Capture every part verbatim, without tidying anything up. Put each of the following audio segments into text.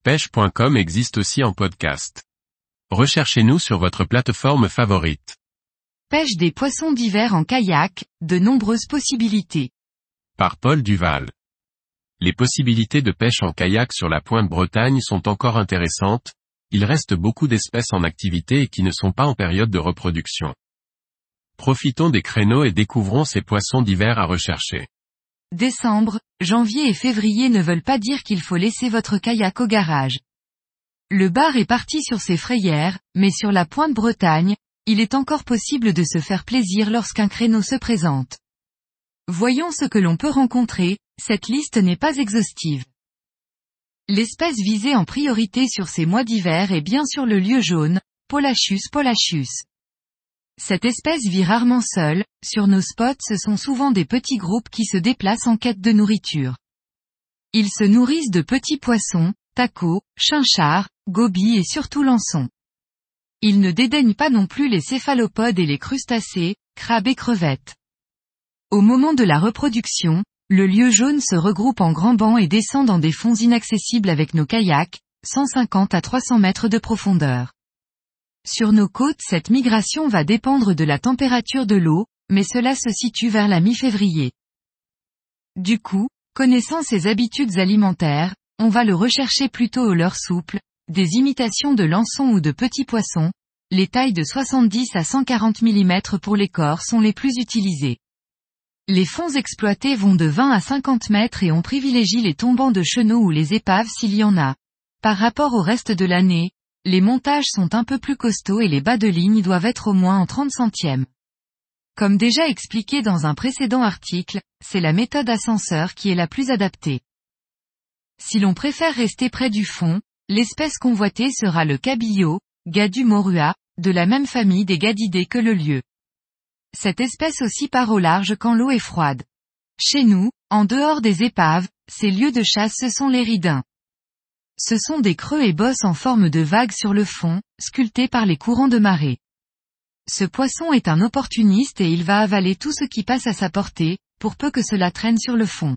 pêche point com existe aussi en podcast. Recherchez-nous sur votre plateforme favorite. Pêche des poissons d'hiver en kayak, de nombreuses possibilités. Par Paul Duval. Les possibilités de pêche en kayak sur la pointe Bretagne sont encore intéressantes, il reste beaucoup d'espèces en activité et qui ne sont pas en période de reproduction. Profitons des créneaux et découvrons ces poissons d'hiver à rechercher. Décembre, janvier et février ne veulent pas dire qu'il faut laisser votre kayak au garage. Le bar est parti sur ses frayères, mais sur la pointe Bretagne, il est encore possible de se faire plaisir lorsqu'un créneau se présente. Voyons ce que l'on peut rencontrer, cette liste n'est pas exhaustive. L'espèce visée en priorité sur ces mois d'hiver est bien sûr le lieu jaune, Polachus polachus. Cette espèce vit rarement seule, sur nos spots ce sont souvent des petits groupes qui se déplacent en quête de nourriture. Ils se nourrissent de petits poissons, tacos, chinchards, gobies et surtout lançons. Ils ne dédaignent pas non plus les céphalopodes et les crustacés, crabes et crevettes. Au moment de la reproduction, le lieu jaune se regroupe en grands bancs et descend dans des fonds inaccessibles avec nos kayaks, cent cinquante à trois cents mètres de profondeur. Sur nos côtes cette migration va dépendre de la température de l'eau, mais cela se situe vers la mi-février. Du coup, connaissant ses habitudes alimentaires, on va le rechercher plutôt au leurre souple, des imitations de lançons ou de petits poissons, les tailles de soixante-dix à cent quarante millimètres pour les corps sont les plus utilisées. Les fonds exploités vont de vingt à cinquante mètres et on privilégie les tombants de chenaux ou les épaves s'il y en a. Par rapport au reste de l'année, les montages sont un peu plus costauds et les bas de ligne doivent être au moins en trente centièmes. Comme déjà expliqué dans un précédent article, c'est la méthode ascenseur qui est la plus adaptée. Si l'on préfère rester près du fond, l'espèce convoitée sera le cabillaud, Gadus morua, de la même famille des gadidés que le lieu. Cette espèce aussi part au large quand l'eau est froide. Chez nous, en dehors des épaves, ces lieux de chasse ce sont les ridins. Ce sont des creux et bosses en forme de vagues sur le fond, sculptés par les courants de marée. Ce poisson est un opportuniste et il va avaler tout ce qui passe à sa portée, pour peu que cela traîne sur le fond.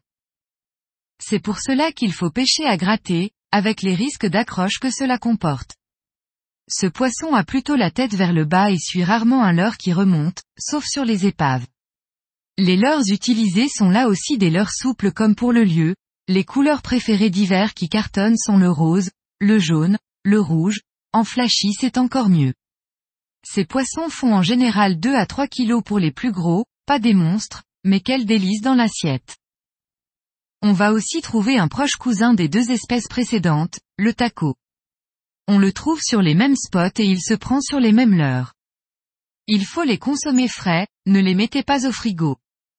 C'est pour cela qu'il faut pêcher à gratter, avec les risques d'accroche que cela comporte. Ce poisson a plutôt la tête vers le bas et suit rarement un leurre qui remonte, sauf sur les épaves. Les leurres utilisés sont là aussi des leurres souples comme pour le lieu, les couleurs préférées d'hiver qui cartonnent sont le rose, le jaune, le rouge, en flashy c'est encore mieux. Ces poissons font en général deux à trois kilos pour les plus gros, pas des monstres, mais quel délice dans l'assiette. On va aussi trouver un proche cousin des deux espèces précédentes, le taco. On le trouve sur les mêmes spots et il se prend sur les mêmes leurres. Il faut les consommer frais, ne les mettez pas au frigo.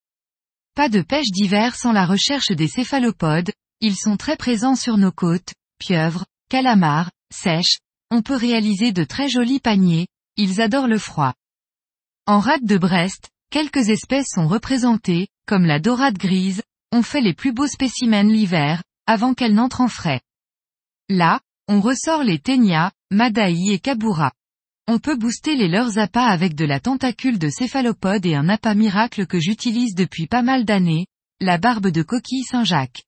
Pas de pêche d'hiver sans la recherche des céphalopodes, ils sont très présents sur nos côtes, pieuvres, calamars, sèches, on peut réaliser de très jolis paniers, ils adorent le froid. En rade de Brest, quelques espèces sont représentées, comme la dorade grise, on fait les plus beaux spécimens l'hiver, avant qu'elle n'entre en frais. Là, on ressort les ténias, madaï et kabouras. On peut booster les leurres appâts avec de la tentacule de céphalopode et un appât miracle que j'utilise depuis pas mal d'années, la barbe de coquille Saint-Jacques.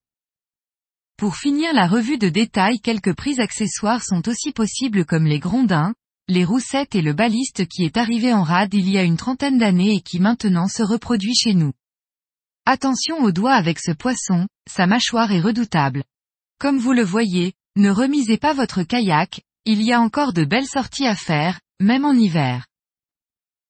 Pour finir la revue de détail, quelques prises accessoires sont aussi possibles comme les grondins, les roussettes et le baliste qui est arrivé en rade il y a une trentaine d'années et qui maintenant se reproduit chez nous. Attention aux doigts avec ce poisson, sa mâchoire est redoutable. Comme vous le voyez, ne remisez pas votre kayak, il y a encore de belles sorties à faire, même en hiver.